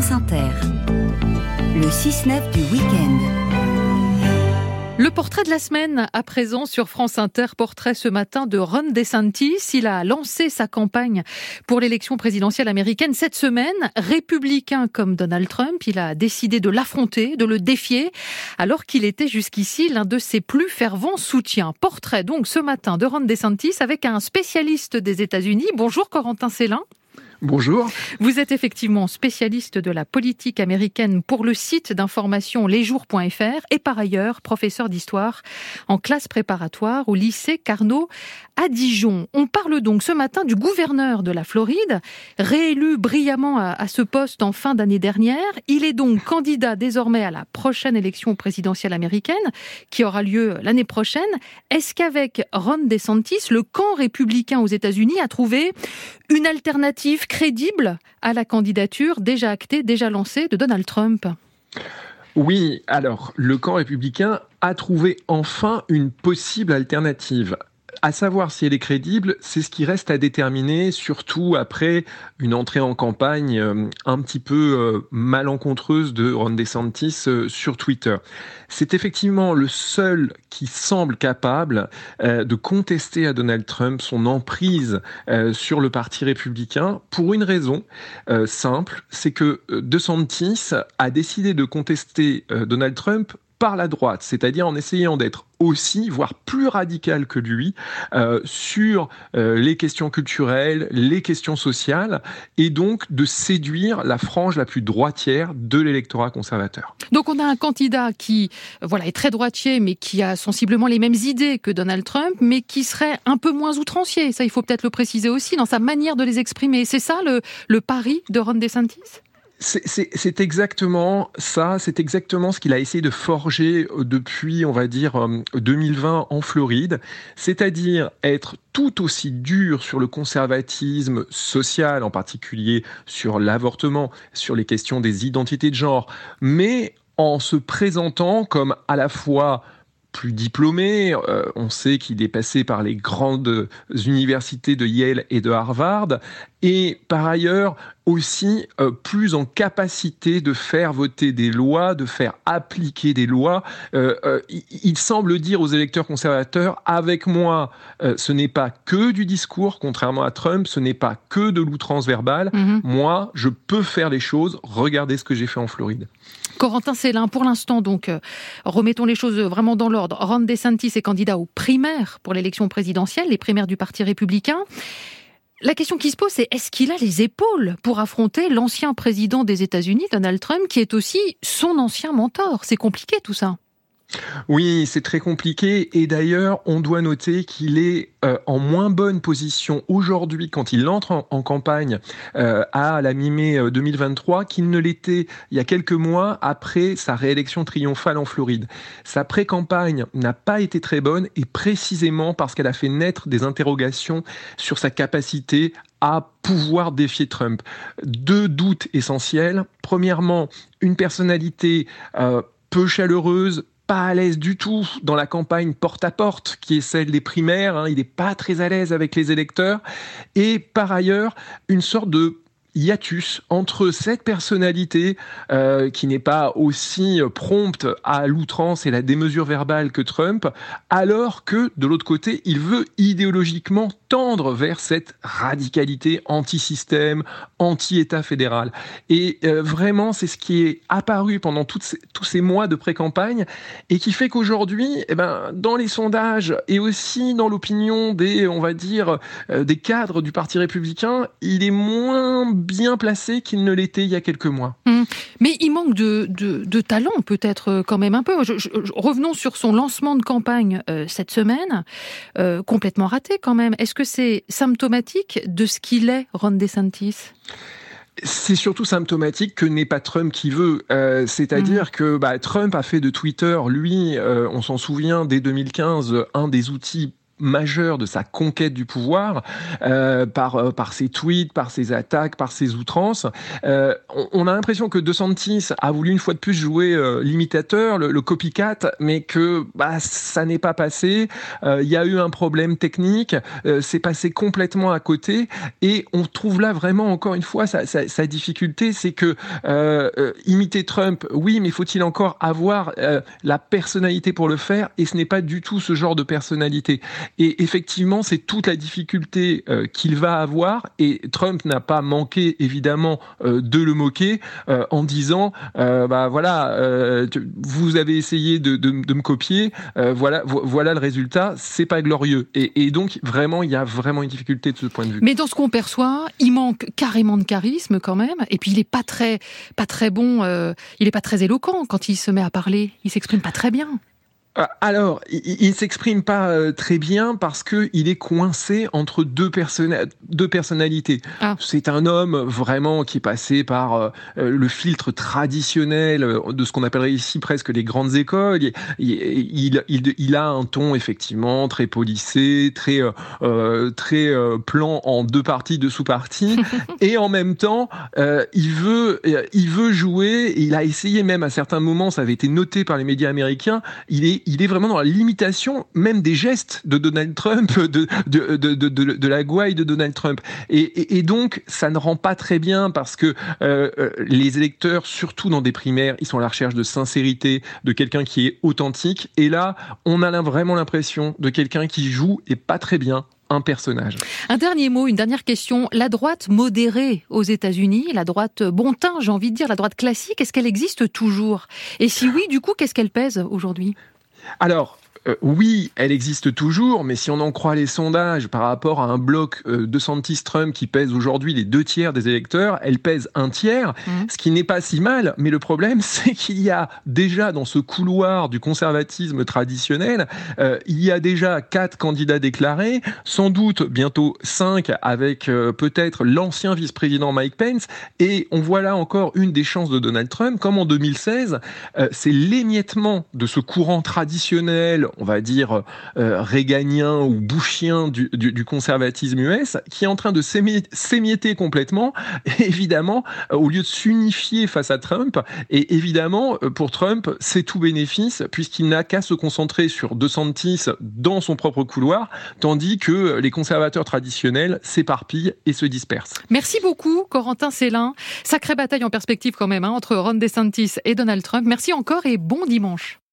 France Inter. Le 6-9 du week-end. Le portrait de la semaine, à présent sur France Inter, portrait ce matin de Ron DeSantis. Il a lancé sa campagne pour l'élection présidentielle américaine cette semaine. Républicain comme Donald Trump, il a décidé de l'affronter, de le défier, alors qu'il était jusqu'ici l'un de ses plus fervents soutiens. Portrait donc ce matin de Ron DeSantis avec un spécialiste des États-Unis. Bonjour Corentin Célin. Bonjour. Vous êtes effectivement spécialiste de la politique américaine pour le site d'information lesjours.fr et par ailleurs professeur d'histoire en classe préparatoire au lycée Carnot à Dijon. On parle donc ce matin du gouverneur de la Floride, réélu brillamment à ce poste en fin d'année dernière. Il est donc candidat désormais à la prochaine élection présidentielle américaine qui aura lieu l'année prochaine. Est-ce qu'avec Ron DeSantis, le camp républicain aux États-Unis a trouvé une alternative crédible à la candidature déjà actée, déjà lancée de Donald Trump? Oui, alors le camp républicain a trouvé enfin une possible alternative. À savoir si elle est crédible, c'est ce qui reste à déterminer, surtout après une entrée en campagne un petit peu malencontreuse de Ron DeSantis sur Twitter. C'est effectivement le seul qui semble capable de contester à Donald Trump son emprise sur le parti républicain pour une raison simple, c'est que DeSantis a décidé de contester Donald Trump par la droite, c'est-à-dire en essayant d'être aussi, voire plus radical que lui, sur les questions culturelles, les questions sociales, et donc de séduire la frange la plus droitière de l'électorat conservateur. Donc on a un candidat qui est très droitier, mais qui a sensiblement les mêmes idées que Donald Trump, mais qui serait un peu moins outrancier. Ça, il faut peut-être le préciser aussi, dans sa manière de les exprimer. C'est ça le pari de Ron DeSantis ? C'est exactement ça, c'est exactement ce qu'il a essayé de forger depuis, on va dire, 2020 en Floride, c'est-à-dire être tout aussi dur sur le conservatisme social, en particulier sur l'avortement, sur les questions des identités de genre, mais en se présentant comme à la fois plus diplômé, on sait qu'il est passé par les grandes universités de Yale et de Harvard, et par ailleurs aussi plus en capacité de faire voter des lois, de faire appliquer des lois. Il semble dire aux électeurs conservateurs, avec moi, ce n'est pas que du discours, contrairement à Trump, ce n'est pas que de l'outrance verbale. Moi, je peux faire les choses, regardez ce que j'ai fait en Floride. Corentin Célin, pour l'instant, donc, remettons les choses vraiment dans l'ordre. Ron DeSantis est candidat aux primaires pour l'élection présidentielle, les primaires du Parti républicain. La question qui se pose, c'est est-ce qu'il a les épaules pour affronter l'ancien président des États-Unis, Donald Trump, qui est aussi son ancien mentor? C'est compliqué tout ça. Oui, c'est très compliqué et d'ailleurs, on doit noter qu'il est en moins bonne position aujourd'hui quand il entre en campagne à la mi-mai 2023 qu'il ne l'était il y a quelques mois après sa réélection triomphale en Floride. Sa pré-campagne n'a pas été très bonne et précisément parce qu'elle a fait naître des interrogations sur sa capacité à pouvoir défier Trump. Deux doutes essentiels. Premièrement, une personnalité peu chaleureuse, pas à l'aise du tout dans la campagne porte-à-porte, qui est celle des primaires. Il n'est pas très à l'aise avec les électeurs. Et par ailleurs, une sorte de hiatus entre cette personnalité qui n'est pas aussi prompte à l'outrance et la démesure verbale que Trump, alors que, de l'autre côté, il veut idéologiquement tendre vers cette radicalité anti-système, anti-État fédéral. Et vraiment, c'est ce qui est apparu pendant tous ces mois de pré-campagne et qui fait qu'aujourd'hui, dans les sondages et aussi dans l'opinion des, on va dire, des cadres du Parti républicain, il est moins bien placé qu'il ne l'était il y a quelques mois. Mais il manque de talent peut-être quand même un peu. Revenons sur son lancement de campagne cette semaine, complètement raté quand même. Est-ce que c'est symptomatique de ce qu'il est, Ron DeSantis ? C'est surtout symptomatique que n'est pas Trump qui veut. C'est-à-dire que Trump a fait de Twitter, lui, on s'en souvient, dès 2015, un des outils majeur de sa conquête du pouvoir par ses tweets, par ses attaques, par ses outrances. On a l'impression que DeSantis a voulu une fois de plus jouer l'imitateur, le copycat, mais que ça n'est pas passé. Il y a eu un problème technique, c'est passé complètement à côté, et on trouve là vraiment encore une fois sa difficulté, c'est que imiter Trump, oui, mais faut-il encore avoir la personnalité pour le faire, et ce n'est pas du tout ce genre de personnalité. Et effectivement, c'est toute la difficulté qu'il va avoir, et Trump n'a pas manqué évidemment de le moquer en disant vous avez essayé de me copier, voilà le résultat, c'est pas glorieux. Et donc vraiment, il y a vraiment une difficulté de ce point de vue. Mais dans ce qu'on perçoit, il manque carrément de charisme quand même, et puis il est pas très bon, il est pas très éloquent quand il se met à parler, il s'exprime pas très bien. Alors, il s'exprime pas très bien parce que il est coincé entre deux personnalités. C'est un homme vraiment qui est passé par le filtre traditionnel de ce qu'on appellerait ici presque les grandes écoles. Il a un ton effectivement très policé, très plan en deux parties, deux sous-parties, et en même temps, il veut jouer. Et il a essayé même à certains moments, ça avait été noté par les médias américains. Il est vraiment dans la limitation même des gestes de Donald Trump, de la gouaille de Donald Trump. Et donc, ça ne rend pas très bien parce que les électeurs, surtout dans des primaires, ils sont à la recherche de sincérité, de quelqu'un qui est authentique. Et là, on a vraiment l'impression de quelqu'un qui joue, et pas très bien, un personnage. Un dernier mot, une dernière question. La droite modérée aux États-Unis, la droite bon teint, j'ai envie de dire, la droite classique, est-ce qu'elle existe toujours ? Et si oui, du coup, qu'est-ce qu'elle pèse aujourd'hui ? Alors, oui, elle existe toujours, mais si on en croit les sondages par rapport à un bloc DeSantis-Trump qui pèse aujourd'hui les 2/3 des électeurs, elle pèse 1/3, ce qui n'est pas si mal, mais le problème, c'est qu'il y a déjà dans ce couloir du conservatisme traditionnel, il y a déjà 4 candidats déclarés, sans doute bientôt 5 avec peut-être l'ancien vice-président Mike Pence, et on voit là encore une des chances de Donald Trump, comme en 2016, c'est l'émiettement de ce courant traditionnel, on va dire réganien ou bushien du conservatisme US, qui est en train de s'émietter complètement, et évidemment, au lieu de s'unifier face à Trump, et évidemment, pour Trump, c'est tout bénéfice, puisqu'il n'a qu'à se concentrer sur DeSantis dans son propre couloir, tandis que les conservateurs traditionnels s'éparpillent et se dispersent. Merci beaucoup, Corentin Célin. Sacrée bataille en perspective quand même, entre Ron DeSantis et Donald Trump. Merci encore et bon dimanche.